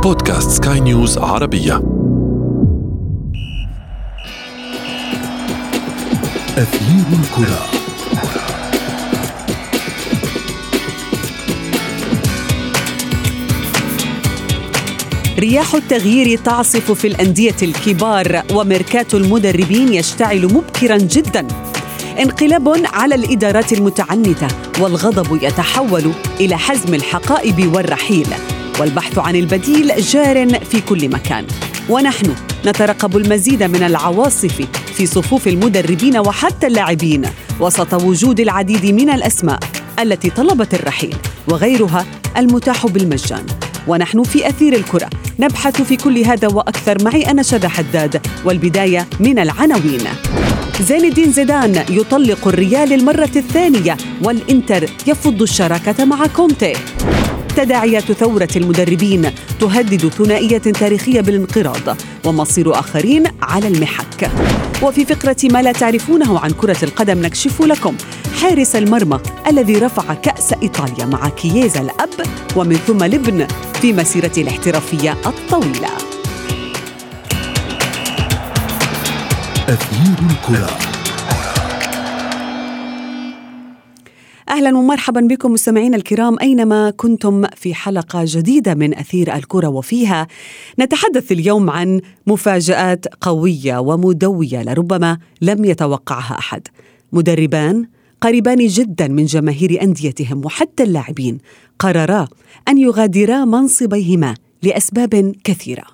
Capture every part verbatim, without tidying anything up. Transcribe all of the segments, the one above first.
بودكاست سكاي نيوز عربية. أثير الكرة. رياح التغيير تعصف في الأندية الكبار، وميركاتو المدربين يشتعل مبكراً جداً. انقلاب على الإدارات المتعنتة، والغضب يتحول إلى حزم الحقائب والرحيل، والبحث عن البديل جار في كل مكان. ونحن نترقب المزيد من العواصف في صفوف المدربين وحتى اللاعبين، وسط وجود العديد من الأسماء التي طلبت الرحيل وغيرها المتاح بالمجان. ونحن في أثير الكرة نبحث في كل هذا وأكثر. معي أنا شذى حداد، والبداية من العناوين. زين الدين زيدان يطلق الريال للمرة الثانية، والإنتر يفض الشراكة مع كونتي. تداعيات ثورة المدربين تهدد ثنائية تاريخية بالانقراض، ومصير آخرين على المحك. وفي فقرة ما لا تعرفونه عن كرة القدم نكشف لكم حارس المرمى الذي رفع كأس إيطاليا مع كييزا الأب ومن ثم الابن في مسيرته الاحترافية الطويلة. أثير الكرة. أهلا ومرحبا بكم مستمعين الكرام أينما كنتم في حلقة جديدة من أثير الكرة، وفيها نتحدث اليوم عن مفاجآت قوية ومدوية لربما لم يتوقعها أحد. مدربان قريبان جدا من جماهير أنديتهم وحتى اللاعبين قررا أن يغادرا منصبيهما لأسباب كثيرة.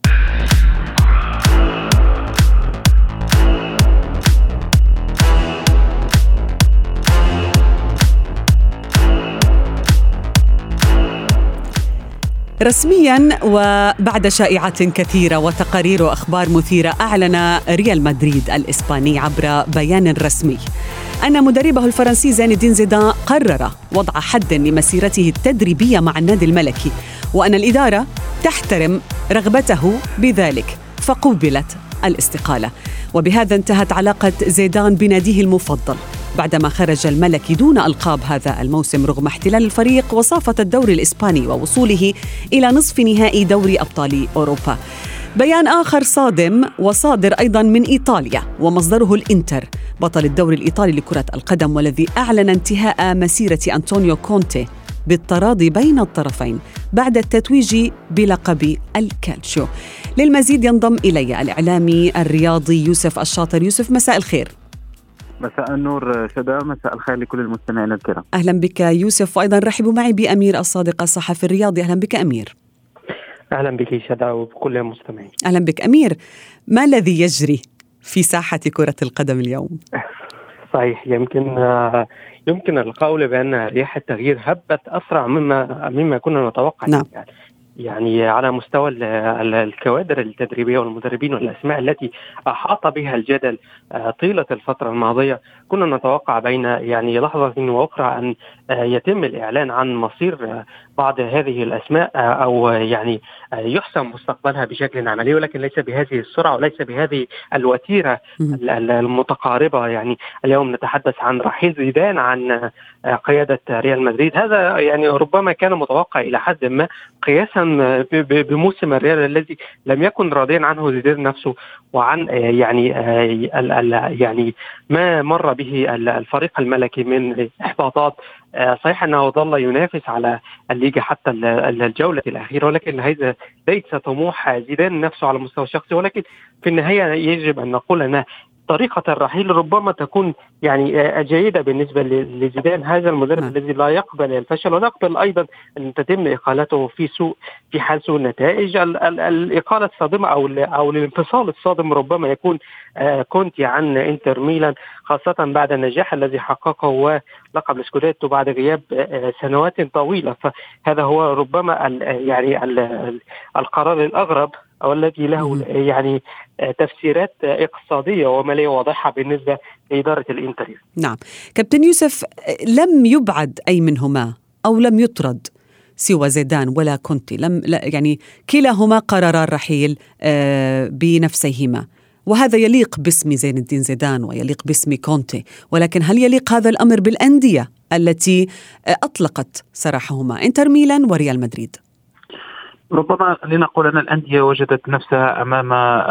رسمياً وبعد شائعات كثيرة وتقارير وأخبار مثيرة، أعلن ريال مدريد الإسباني عبر بيان رسمي أن مدربه الفرنسي زين الدين زيدان قرر وضع حد لمسيرته التدريبية مع النادي الملكي، وأن الإدارة تحترم رغبته بذلك، فقبلت الاستقالة. وبهذا انتهت علاقة زيدان بناديه المفضل بعدما خرج الملكي دون ألقاب هذا الموسم رغم احتلال الفريق وصافة الدوري الإسباني ووصوله إلى نصف نهائي دوري أبطال أوروبا. بيان آخر صادم وصادر أيضا من إيطاليا، ومصدره الإنتر بطل الدوري الإيطالي لكرة القدم، والذي أعلن انتهاء مسيرة أنطونيو كونتي بالتراضي بين الطرفين بعد التتويج بلقب الكالتشيو. للمزيد ينضم إلي الإعلامي الرياضي يوسف الشاطر. يوسف، مساء الخير. مساء النور شذى، مساء الخير لكل المستمعين الكرام. أهلا بك يوسف، وأيضا رحبوا معي بأمير الصادق الصحفي الرياضي. أهلا بك أمير. أهلا بك شذى وبكل المستمعين. أهلا بك أمير. ما الذي يجري في ساحة كرة القدم اليوم؟ صحيح، يمكن يمكن القول بأن رياح التغيير هبت أسرع مما مما كنا نتوقع. نعم. يعني يعني على مستوى الكوادر التدريبية والمدربين والأسماء التي أحاط بها الجدل طيلة الفترة الماضية، كنا نتوقع بين يعني لحظة وأخرى أن يتم الإعلان عن مصير بعض هذه الأسماء أو يعني يحسم مستقبلها بشكل عملي، ولكن ليس بهذه السرعة وليس بهذه الوتيرة المتقاربة. يعني اليوم نتحدث عن رحيل زيدان عن قيادة ريال مدريد، هذا يعني ربما كان متوقع إلى حد ما قياسا بموسم الريال الذي لم يكن راضيا عنه زيدان نفسه، وعن يعني يعني ما مر به الفريق الملكي من إحباطات. صحيح أنه ظل ينافس على الليغا حتى الجولة الأخيرة، ولكن هذا ليس طموح زيدان نفسه على المستوى الشخصي. ولكن في النهاية يجب أن نقول أن طريقة الرحيل ربما تكون يعني جيدة بالنسبة لزيدان، هذا المدرب م. الذي لا يقبل الفشل ولا يقبل أيضا أن تتم إقالته في سوء في حال سوء النتائج. ال- ال- الإقالة الصادمة أو أو الانفصال الصادم ربما يكون آه كونتي عن إنتر ميلان، خاصة بعد النجاح الذي حققه ولقب السكوديتو بعد غياب آه سنوات طويلة. فهذا هو ربما ال يعني ال القرار الأغرب أو الذي له يعني تفسيرات اقتصادية ومالية واضحة بالنسبة لإدارة الإنتر. نعم كابتن يوسف، لم يبعد أي منهما أو لم يطرد سوى زيدان ولا كونتي، لم يعني كلاهما قرر الرحيل بنفسيهما، وهذا يليق باسم زين الدين زيدان ويليق باسم كونتي. ولكن هل يليق هذا الأمر بالأندية التي أطلقت سراحهما، إنتر ميلان وريال مدريد؟ ربما لنقول أن الأندية وجدت نفسها أمام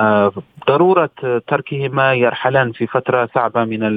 ضرورة تركهما يرحلان في فترة صعبة من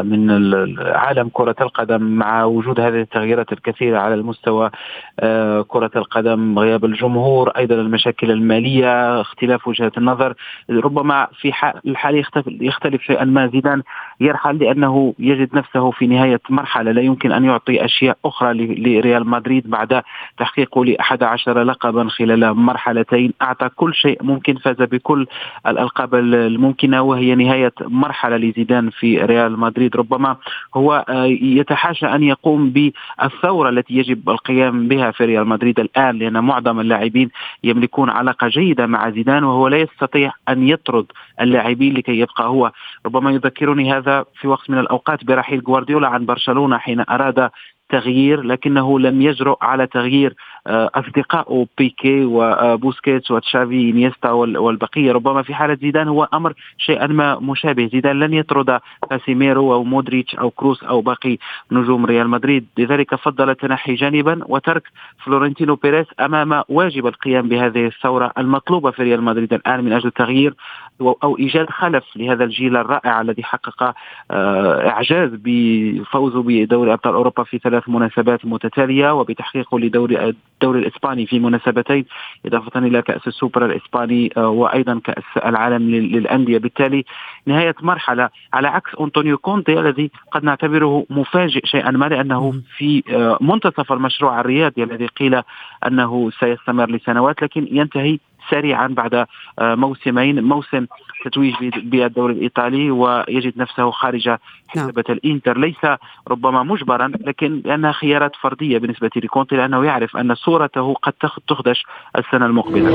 من عالم كرة القدم، مع وجود هذه التغييرات الكثيرة على المستوى كرة القدم، غياب الجمهور، أيضا المشاكل المالية، اختلاف وجهات النظر. ربما في الحال يختلف شيئا ما زيدان يرحل لأنه يجد نفسه في نهاية مرحلة، لا يمكن أن يعطي أشياء أخرى لريال مدريد بعد تحقيقه لأحد عشر لقبا خلال مرحلتين. أعطى كل شيء ممكن، فاز بكل الألقاب الممكنة، وهي نهاية مرحلة لزيدان في ريال مدريد. ربما هو يتحاشى أن يقوم بالثورة التي يجب القيام بها في ريال مدريد الآن، لأن معظم اللاعبين يملكون علاقة جيدة مع زيدان، وهو لا يستطيع أن يطرد اللاعبين لكي يبقى هو. ربما يذكرني هذا في وقت من الأوقات برحيل غوارديولا عن برشلونة حين أراد تغيير، لكنه لم يجرؤ على تغيير أصدقائه بيكي وبوسكيتس وتشافي إنيستا والبقية. ربما في حالة زيدان هو أمر شيئا ما مشابه، زيدان لن يطرد كاسيميرو أو مودريتش أو كروس أو باقي نجوم ريال مدريد، لذلك فضل التنحي جانبا وترك فلورنتينو بيريز أمام واجب القيام بهذه الثورة المطلوبة في ريال مدريد الآن من أجل تغيير أو إيجاد خلف لهذا الجيل الرائع الذي حقق إعجاز بفوزه بدوري أبطال أوروبا في ثلاث مناسبات متتالية، وبتحقيقه لدوري الدوري الإسباني في مناسبتين، إضافة إلى كأس السوبر الإسباني وأيضا كأس العالم للأندية. بالتالي نهاية مرحلة، على عكس أنطونيو كونتي الذي قد نعتبره مفاجئ شيئا ما، لأنه في منتصف المشروع الرياضي الذي قيل أنه سيستمر لسنوات لكن ينتهي سريعا بعد موسمين، موسم تتويج بالدوري الإيطالي ويجد نفسه خارج حسبة الإنتر، ليس ربما مجبرا لكن لأنها خيارات فردية بالنسبة لكونتي، لأنه يعرف أن صورته قد تخدش السنة المقبلة.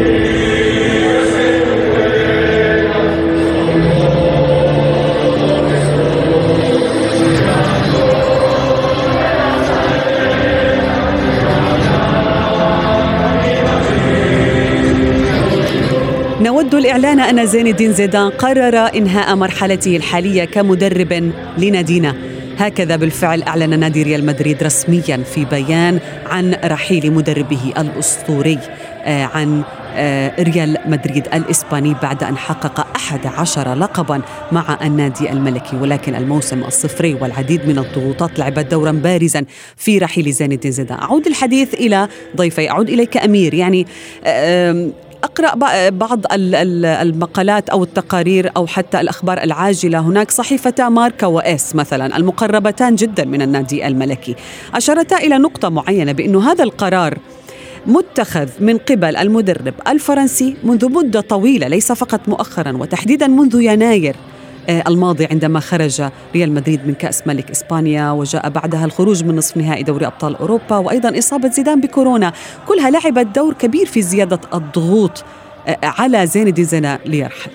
نود الإعلان أن زين الدين زيدان قرر إنهاء مرحلته الحالية كمدرب لنادينا. هكذا بالفعل أعلن نادي ريال مدريد رسميا في بيان عن رحيل مدربه الأسطوري عن ريال مدريد الإسباني بعد أن حقق أحد عشر لقبا مع النادي الملكي، ولكن الموسم الصفري والعديد من الضغوطات لعبت دورا بارزا في رحيل زين الدين زيدان. أعود الحديث إلى ضيفي، أعود إليك أمير. يعني أقرأ بعض المقالات أو التقارير أو حتى الأخبار العاجلة. هناك صحيفة ماركا وإس مثلا المقربتان جدا من النادي الملكي أشارتا إلى نقطة معينة، بأنه هذا القرار متخذ من قبل المدرب الفرنسي منذ مدة طويلة، ليس فقط مؤخرا، وتحديدا منذ يناير الماضي عندما خرج ريال مدريد من كأس ملك إسبانيا، وجاء بعدها الخروج من نصف نهائي دوري أبطال أوروبا، وأيضا إصابة زيدان بكورونا، كلها لعبت دور كبير في زيادة الضغوط على زين الدين زيدان ليرحل.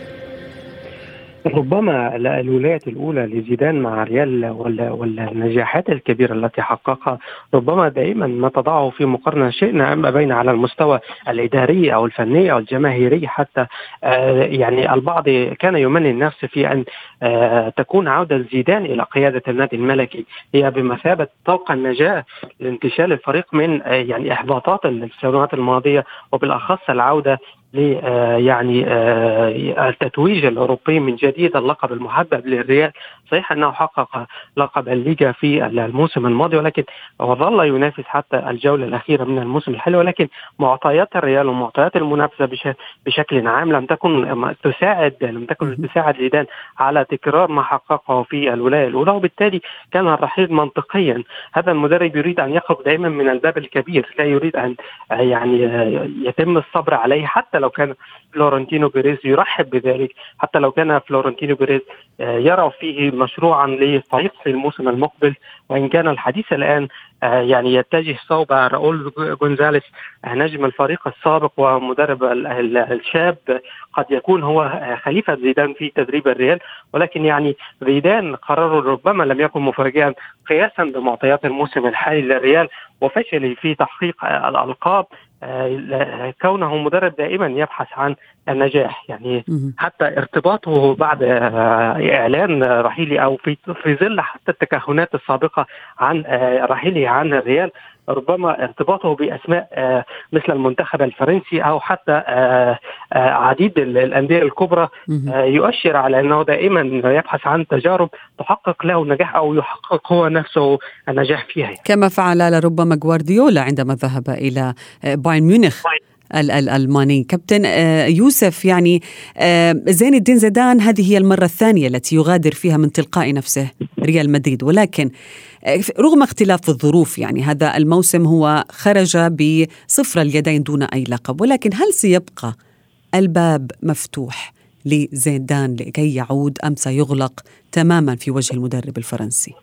ربما الولايات الأولى لزيدان مع ريال والنجاحات الكبيرة التي حققها ربما دائما ما تضعه في مقارنة شئنا أما بين على المستوى الإداري أو الفني أو الجماهيري حتى. يعني البعض كان يمني النفس في أن تكون عودة زيدان إلى قيادة النادي الملكي هي بمثابة طوق النجاة لانتشال الفريق من يعني إحباطات السنوات الماضية، وبالأخص العودة ل يعني التتويج الأوروبي من جديد، اللقب المحبب للريال. صحيح أنه حقق لقب الليغا في الموسم الماضي، ولكن وظل ينافس حتى الجولة الأخيرة من الموسم الحالي، ولكن معطيات الريال ومعطيات المنافسة بشكل عام لم تكن تساعد لم تكن تساعد زيدان على تكرار ما حققه في الولاية الأولى، وبالتالي كان الرحيل منطقيا. هذا المدرب يريد أن يخرج دائما من الباب الكبير، لا يريد أن يعني يتم الصبر عليه، حتى لو كان فلورنتينو بيريز يرحب بذلك، حتى لو كان فلورنتينو بيريز يرى فيه مشروعا للفريق في الموسم المقبل. وإن كان الحديث الآن يعني يتجه صوب راؤول غونزاليس نجم الفريق السابق ومدرب الشاب، قد يكون هو خليفة زيدان في تدريب الريال، ولكن يعني زيدان قراره ربما لم يكن مفاجئا قياسا بمعطيات الموسم الحالي للريال وفشل في تحقيق الألقاب، كونه مدرب دائما يبحث عن النجاح. يعني حتى ارتباطه بعد إعلان رحيله أو في في ظل حتى التكهنات السابقة عن رحيله عن الريال ربما ارتباطه بأسماء مثل المنتخب الفرنسي أو حتى عديد الأندية الكبرى يؤشر على أنه دائما يبحث عن تجارب تحقق له النجاح أو يحقق هو نفسه النجاح فيها، كما فعل لربما غوارديولا عندما ذهب إلى بايرن ميونخ الألماني. كابتن يوسف، يعني زين الدين زيدان هذه هي المرة الثانية التي يغادر فيها من تلقاء نفسه ريال مدريد، ولكن رغم اختلاف الظروف يعني هذا الموسم هو خرج بصفر اليدين دون أي لقب، ولكن هل سيبقى الباب مفتوح لزيدان لكي يعود أم سيغلق تماما في وجه المدرب الفرنسي؟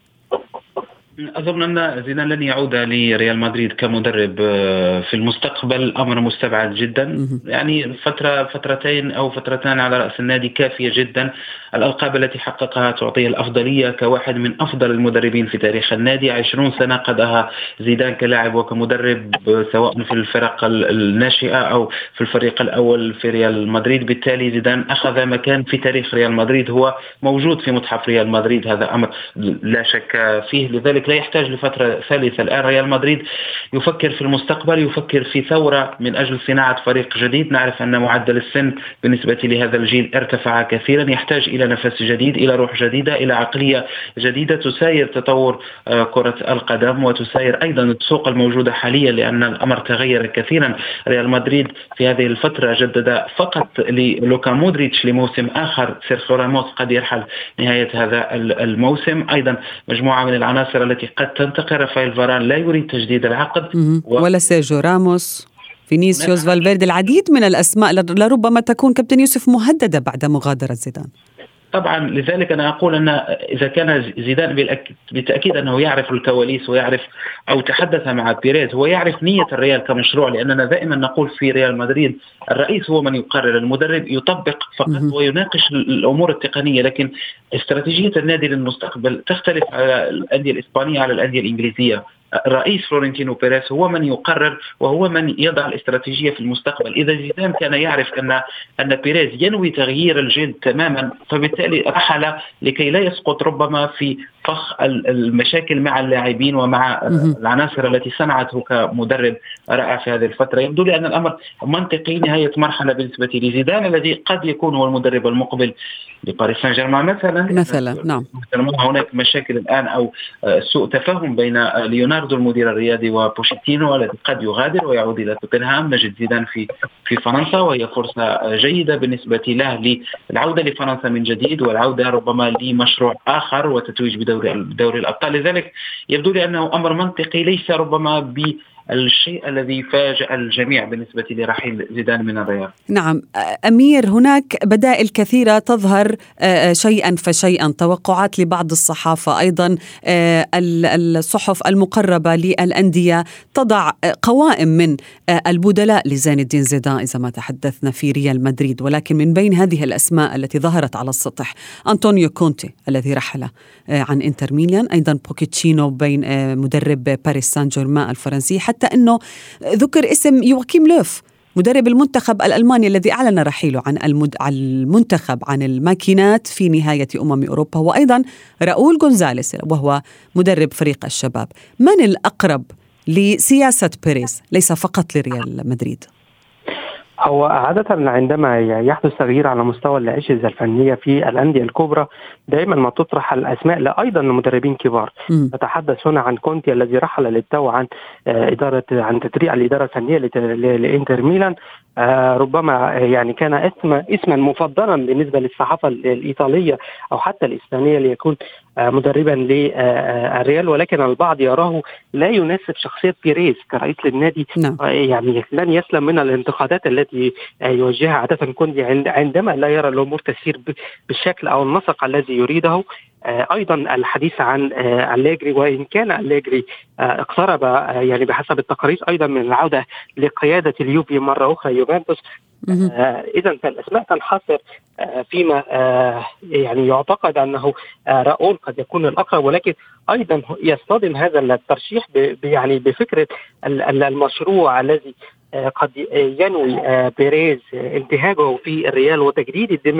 أظن أن زيدان لن يعود لريال مدريد كمدرب في المستقبل، أمر مستبعد جدا. يعني فترة فترتين أو فترتان على رأس النادي كافية جدا. الألقاب التي حققها تعطيه الأفضلية كواحد من أفضل المدربين في تاريخ النادي. عشرون سنة قضاها زيدان كلاعب وكمدرب، سواء في الفرق الناشئة أو في الفريق الأول في ريال مدريد. بالتالي زيدان أخذ مكان في تاريخ ريال مدريد، هو موجود في متحف ريال مدريد، هذا أمر لا شك فيه. لذلك لا يحتاج لفترة ثالثة. الآن ريال مدريد يفكر في المستقبل، يفكر في ثورة من أجل صناعة فريق جديد. نعرف أن معدل السن بالنسبة لهذا الجيل ارتفع كثيرا، يحتاج إلى نفس جديد، إلى روح جديدة، إلى عقلية جديدة تساير تطور كرة القدم وتساير أيضا السوق الموجودة حاليا، لأن الأمر تغير كثيرا. ريال مدريد في هذه الفترة جدد فقط للوكا مودريتش لموسم آخر. سيرخيو راموس قد يرحل نهاية هذا الموسم. أيضا مجموعة من العناصر التي قد تنتقل. رافائيل فاران لا يريد تجديد العقد، و... ولا سيرجيو راموس، فينيسيوس، فالفيردي، العديد من الأسماء لربما تكون كابتن يوسف مهددة بعد مغادرة زيدان. طبعا لذلك أنا أقول أن إذا كان زيدان بالتأكيد أنه يعرف الكواليس ويعرف أو تحدث مع بيريز، هو يعرف نية الريال كمشروع، لأننا دائما نقول في ريال مدريد الرئيس هو من يقرر، المدرب يطبق فقط ويناقش الأمور التقنية، لكن استراتيجية النادي للمستقبل تختلف على الأندية الإسبانية على الأندية الإنجليزية. الرئيس فلورنتينو بيريز هو من يقرر وهو من يضع الاستراتيجية في المستقبل. إذا زيدان كان يعرف أن أن بيريز ينوي تغيير الجيل تماما، فبالتالي رحل لكي لا يسقط ربما في فخ المشاكل مع اللاعبين ومع العناصر التي صنعته كمدرب رائع في هذه الفترة. يبدو لي أن الأمر منطقي، نهاية مرحلة بالنسبة لزيدان الذي قد يكون هو المدرب المقبل لباريس سان جيرمان مثلا. مثلا نعم، هناك مشاكل الآن أو سوء تفاهم بين ليوناردو المدير الرياضي وبوشيتينو الذي قد يغادر ويعود إلى توتنهام. نجد زيدان في في فرنسا، وهي فرصة جيدة بالنسبة له للعودة لفرنسا من جديد، والعودة ربما لمشروع آخر وتتويج بدوري بدوري الأبطال. لذلك يبدو لي أنه أمر منطقي، ليس ربما ب الشيء الذي فاجأ الجميع بالنسبة لرحيل زيدان من الريال. نعم أمير، هناك بدائل كثيرة تظهر شيئا فشيئا، توقعات لبعض الصحافة، أيضا الصحف المقربة للأندية تضع قوائم من البدلاء لزين الدين زيدان إذا ما تحدثنا في ريال مدريد، ولكن من بين هذه الأسماء التي ظهرت على السطح أنطونيو كونتي الذي رحل عن إنتر ميلان، أيضا بوكيتشينو بين مدرب باريس سان جيرمان الفرنسي، حتى أنه ذكر اسم يواكيم لوف مدرب المنتخب الألماني الذي أعلن رحيله عن المنتخب عن الماكينات في نهاية أمم أوروبا، وأيضا راؤول غونزاليس وهو مدرب فريق الشباب. من الأقرب لسياسة بيريز ليس فقط لريال مدريد؟ هو عادة عندما يحدث تغيير على مستوى الأجهزة الفنية في الأندية الكبرى دائما ما تطرح الأسماء لأيضا المدربين كبار. نتحدث هنا عن كونتي الذي رحل للتو عن إدارة عن تدريب الإدارة الفنية لإنتر ميلان. ربما يعني كان اسم اسما مفضلا بالنسبة للصحافة الإيطالية أو حتى الإسبانية ليكون مدربا للريال، ولكن البعض يراه لا يناسب شخصية بيريز كرئيس للنادي. no. يعني لن يسلم من الانتقادات التي يوجهها عادة كونتي عندما لا يرى الأمور تسير بالشكل أو النسق الذي يريده. أيضا الحديث عن أليجري، وإن كان أليجري اقترب يعني بحسب التقارير أيضا من العودة لقيادة اليوفي مرة أخرى يوفنتوس. إذا فالأسماء تنحصر فيما يعني يعتقد أنه راؤول قد يكون الأقرب، ولكن أيضا يصطدم هذا الترشيح يعني بفكرة المشروع الذي قد ينوي بيريز انتهاجه في الريال وتجديد الدماء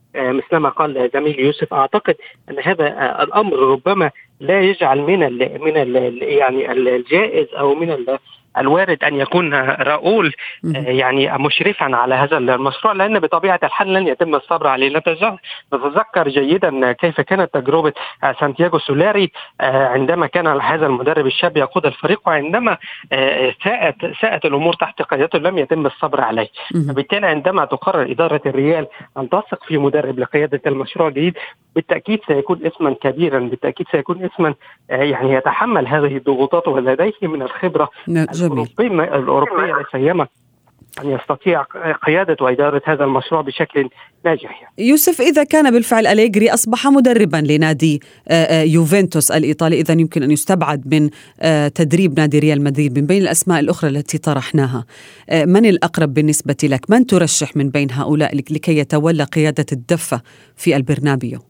مثلما قال زميل يوسف. أعتقد أن هذا الأمر ربما لا يجعل من ال من ال يعني الجائز أو من ال الوارد أن يكون راؤول يعني مشرفا على هذا المشروع، لأن بطبيعة الحال لن يتم الصبر عليه. نتذكر جيدا كيف كانت تجربة سانتياغو سولاري عندما كان هذا المدرب الشاب يقود الفريق، وعندما ساءت ساءت الأمور تحت قيادته لم يتم الصبر عليه. فبالتالي عندما تقرر إدارة الريال أن تثق في مدرب لقيادة المشروع الجديد بالتأكيد سيكون اسما كبيرا، بالتأكيد سيكون اسما يعني يتحمل هذه الضغوطات ولديه من الخبرة الأوروبية الأوروبية لا سيما أن يستطيع قيادة وإدارة هذا المشروع بشكل ناجح. يوسف، إذا كان بالفعل أليغري أصبح مدربا لنادي يوفنتوس الإيطالي، إذن يمكن أن يستبعد من تدريب نادي ريال مدريد. من بين الأسماء الأخرى التي طرحناها، من الأقرب بالنسبة لك؟ من ترشح من بين هؤلاء لكي يتولى قيادة الدفة في البرنابيو؟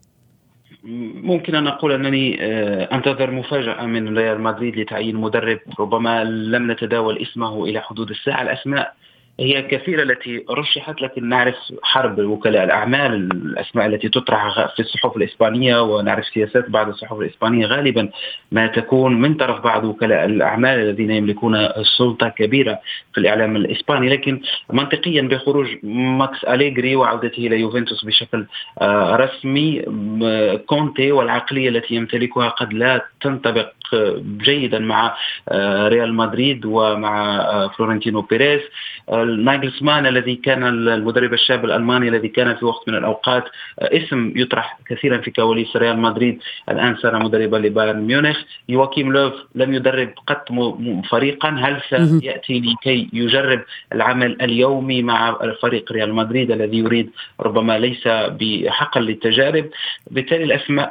ممكن أن أقول أنني أنتظر مفاجأة من ريال مدريد لتعيين مدرب. ربما لم نتداول اسمه إلى حدود الساعة. الأسماء هي كثيرة التي رشحت، لكن نعرف حرب وكلاء الأعمال، الأسماء التي تطرح في الصحف الإسبانية، ونعرف سياسات بعض الصحف الإسبانية غالبا ما تكون من طرف بعض وكلاء الأعمال الذين يملكون سلطة كبيرة في الإعلام الإسباني. لكن منطقيا بخروج ماكس أليغري وعودته إلى يوفنتوس بشكل رسمي، كونتي والعقلية التي يمتلكها قد لا تنطبق جيدا مع ريال مدريد ومع فلورنتينو بيريز. نايجلسمان الذي كان المدرب الشاب الألماني الذي كان في وقت من الأوقات اسم يطرح كثيرا في كواليس ريال مدريد، الآن صار مدربا لبايرن ميونخ. يواكيم لوف لم يدرب قط فريقا، هل سيأتي لكي يجرب العمل اليومي مع فريق ريال مدريد الذي يريد ربما ليس بحقا للتجارب؟ بالتالي الأسماء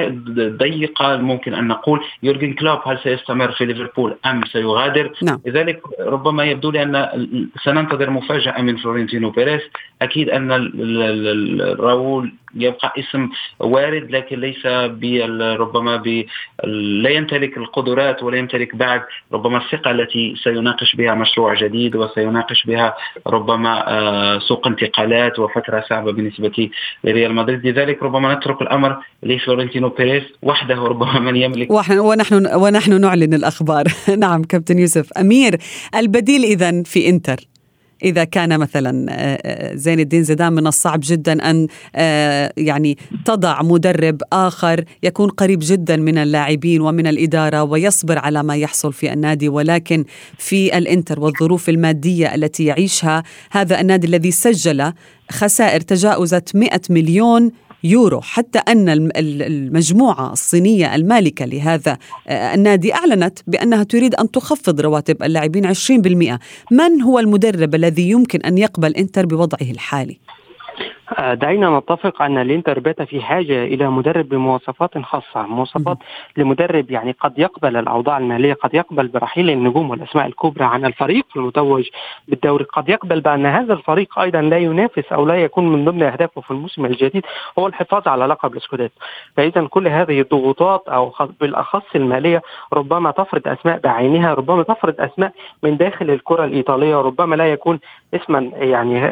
ضيقة. ممكن أن نقول يورجن كلوب هل سيستمر في ليفربول أم سيغادر؟ نعم. لذلك ربما يبدو لي أن سننتظر مفاجأة من فلورنتينو بيريز. أكيد أن راؤول يبقى اسم وارد، لكن ليس ربما ب لا يمتلك القدرات ولا يمتلك بعد ربما الثقة التي سيناقش بها مشروع جديد وسيناقش بها ربما سوق انتقالات وفترة صعبة بالنسبة لريال مدريد. لذلك ربما نترك الأمر لفلورنتينو بيريز وحده، ربما من يملك. ونحن ونحن نعلن الأخبار. نعم كابتن يوسف. أمير، البديل إذن في إنتر إذا كان مثلا زين الدين زيدان، من الصعب جدا أن يعني تضع مدرب آخر يكون قريب جدا من اللاعبين ومن الإدارة ويصبر على ما يحصل في النادي، ولكن في الإنتر والظروف المادية التي يعيشها هذا النادي الذي سجل خسائر تجاوزت مئة مليون يورو، حتى أن المجموعة الصينية المالكة لهذا النادي أعلنت بأنها تريد أن تخفض رواتب اللاعبين عشرين بالمئة. من هو المدرب الذي يمكن أن يقبل إنتر بوضعه الحالي؟ دعينا نتفق أن الإنتر بات في حاجة إلى مدرب بمواصفات خاصة، مواصفات لمدرب يعني قد يقبل الأوضاع المالية، قد يقبل برحيل النجوم والأسماء الكبرى عن الفريق المتوج بالدوري، قد يقبل بأن هذا الفريق أيضا لا ينافس أو لا يكون من ضمن أهدافه في الموسم الجديد هو الحفاظ على لقب السكوديتو. فإذا كل هذه الضغوطات أو بالأخص المالية ربما تفرض أسماء بعينها، ربما تفرض أسماء من داخل الكرة الإيطالية، ربما لا يكون اسما يعني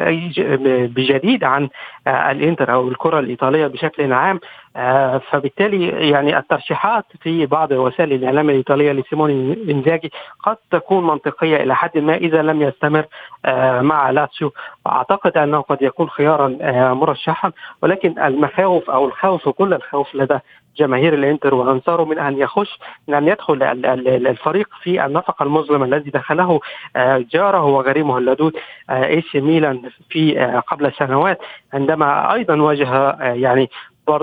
بجديد عن الإنتر أو الكرة الإيطالية بشكل عام. فبالتالي يعني الترشيحات في بعض وسائل الإعلام الإيطالية لسيموني إنزاغي قد تكون منطقية إلى حد ما إذا لم يستمر مع لاتسيو. أعتقد أنه قد يكون خيارا مرشحا، ولكن المخاوف أو الخوف كل الخوف لدى جماهير الإنتر وأنصاره من أن يخش من أن يدخل الفريق في النفق المظلم الذي دخله جاره وغريمه اللدود إي سي ميلان في قبل سنوات، عندما أيضا واجه يعني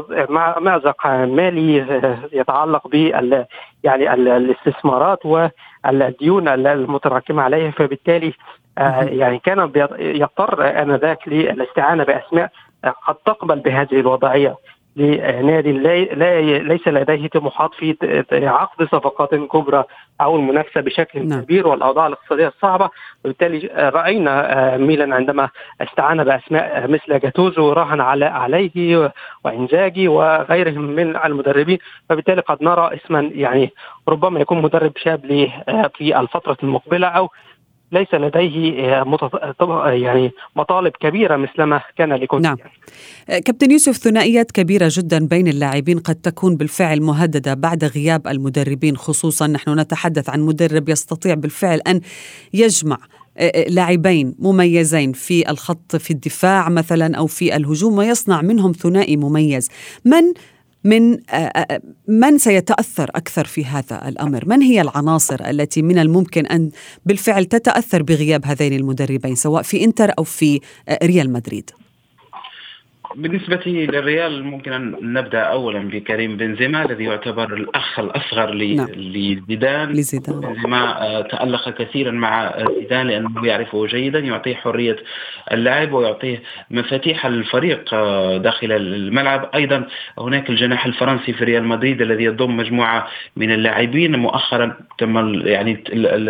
مأزق مالي يتعلق بال يعني الاستثمارات والديون المتراكمة عليه. فبالتالي يعني كان يضطر آنذاك للاستعانة بأسماء قد تقبل بهذه الوضعية لنادي ليس لديه طموحات في عقد صفقات كبرى أو المنافسة بشكل نعم. كبير والأوضاع الاقتصادية الصعبة. وبالتالي رأينا ميلان عندما استعان بأسماء مثل جاتوزو راهن على عليه وإنزاغي وغيرهم من المدربين. فبالتالي قد نرى اسما يعني ربما يكون مدرب شاب في الفترة المقبلة أو ليس لديه يعني مطالب كبيرة مثلما كان لكونتي. نعم. كابتن يوسف، ثنائيات كبيرة جدا بين اللاعبين قد تكون بالفعل مهددة بعد غياب المدربين، خصوصا نحن نتحدث عن مدرب يستطيع بالفعل أن يجمع لاعبين مميزين في الخط في الدفاع مثلا أو في الهجوم ويصنع منهم ثنائي مميز. من من من سيتأثر أكثر في هذا الأمر؟ من هي العناصر التي من الممكن أن بالفعل تتأثر بغياب هذين المدربين سواء في إنتر أو في ريال مدريد؟ بالنسبة للريال ممكن أن نبدأ أولا بكريم بنزيما الذي يعتبر الأخ الأصغر لزيدان. بنزيما تألق كثيرا مع زيدان لأنه يعرفه جيدا، يعطيه حرية اللعب ويعطيه مفاتيح الفريق داخل الملعب. أيضا هناك الجناح الفرنسي في ريال مدريد الذي يضم مجموعة من اللاعبين. مؤخرا تم يعني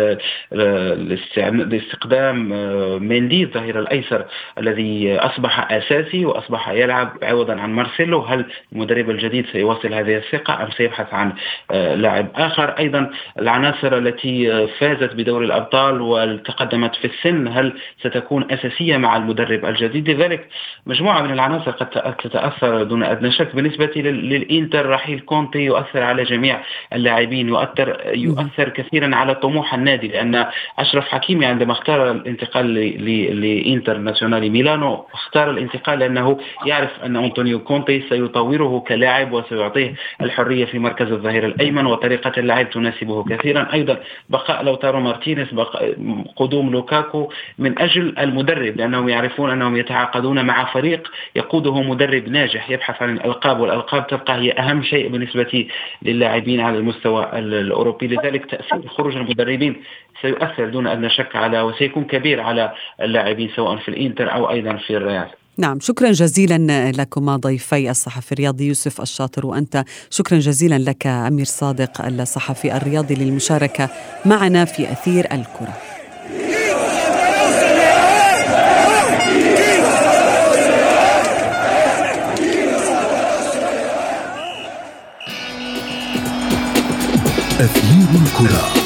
الاستخدام ميندي الظهير الأيسر الذي أصبح أساسي وأصبح يلعب عوضا عن مارسيلو. هل المدرب الجديد سيواصل هذه الثقة أم سيبحث عن لاعب آخر؟ أيضا العناصر التي فازت بدوري الأبطال وتقدمت في السن هل ستكون أساسية مع المدرب الجديد؟ لذلك مجموعة من العناصر قد تتأثر دون أدنى شك. بالنسبة للإنتر رحيل كونتي يؤثر على جميع اللاعبين، يؤثر يؤثر كثيرا على طموح النادي، لأن أشرف حكيمي عندما اختار الانتقال لإنتر ناسيونال ميلانو اختار الانتقال لأنه يعرف أن أنطونيو كونتي سيطوره كلاعب وسيعطيه الحرية في مركز الظهير الأيمن وطريقة اللعب تناسبه كثيرا. أيضا بقاء لوتارو مارتينيز، قدوم لوكاكو من أجل المدرب، لأنهم يعرفون أنهم يتعاقدون مع فريق يقوده مدرب ناجح يبحث عن الألقاب، والألقاب تبقى هي أهم شيء بالنسبة للاعبين على المستوى الأوروبي. لذلك تأثير خروج المدربين سيؤثر دون أدنى شك على وسيكون كبير على اللاعبين سواء في الإنتر أو أيضا في الريال. نعم، شكرا جزيلا لكما ضيفي الصحفي الرياضي يوسف الشاطر، وأنت شكرا جزيلا لك أمير صادق الصحفي الرياضي للمشاركة معنا في أثير الكرة. أثير الكرة.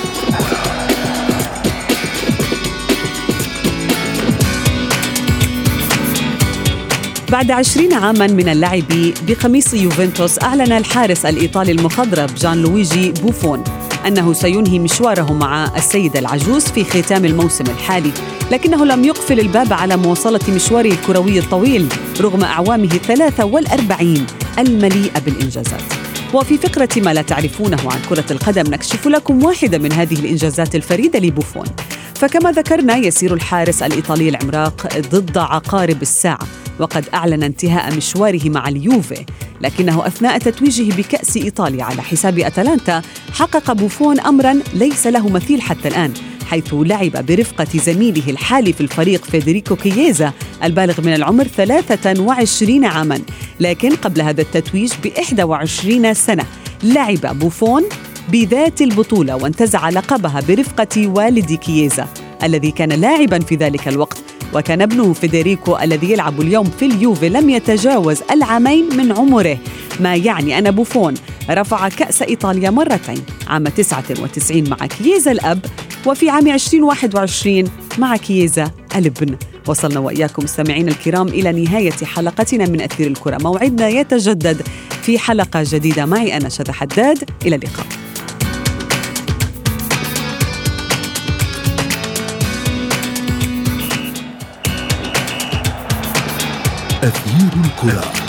بعد عشرين عاما من اللعب بقميص يوفنتوس، أعلن الحارس الإيطالي المخضرم جان لويجي بوفون أنه سينهي مشواره مع السيدة العجوز في ختام الموسم الحالي، لكنه لم يقفل الباب على مواصلة مشواره الكروي الطويل رغم أعوامه الثلاثة والأربعين المليئة بالإنجازات. وفي فقرة ما لا تعرفونه عن كرة القدم نكشف لكم واحدة من هذه الإنجازات الفريدة لبوفون. فكما ذكرنا يسير الحارس الإيطالي العملاق ضد عقارب الساعة، وقد أعلن انتهاء مشواره مع اليوفي، لكنه أثناء تتويجه بكأس إيطاليا على حساب أتلانتا حقق بوفون أمراً ليس له مثيل حتى الآن، حيث لعب برفقة زميله الحالي في الفريق فيدريكو كييزا البالغ من العمر ثلاثة وعشرين عاماً. لكن قبل هذا التتويج بإحدى وعشرين سنة لعب بوفون بذات البطولة وانتزع لقبها برفقة والد كييزا الذي كان لاعباً في ذلك الوقت، وكان ابنه فيدريكو الذي يلعب اليوم في اليوفي لم يتجاوز العامين من عمره، ما يعني أن بوفون رفع كأس إيطاليا مرتين، عام تسعة وتسعين مع كييزا الأب وفي عام عشرين واحد وعشرين مع كييزا الابن. وصلنا وإياكم مستمعين الكرام إلى نهاية حلقتنا من أثير الكرة، موعدنا يتجدد في حلقة جديدة معي أنا شذى حداد، إلى اللقاء. أثير الكرة.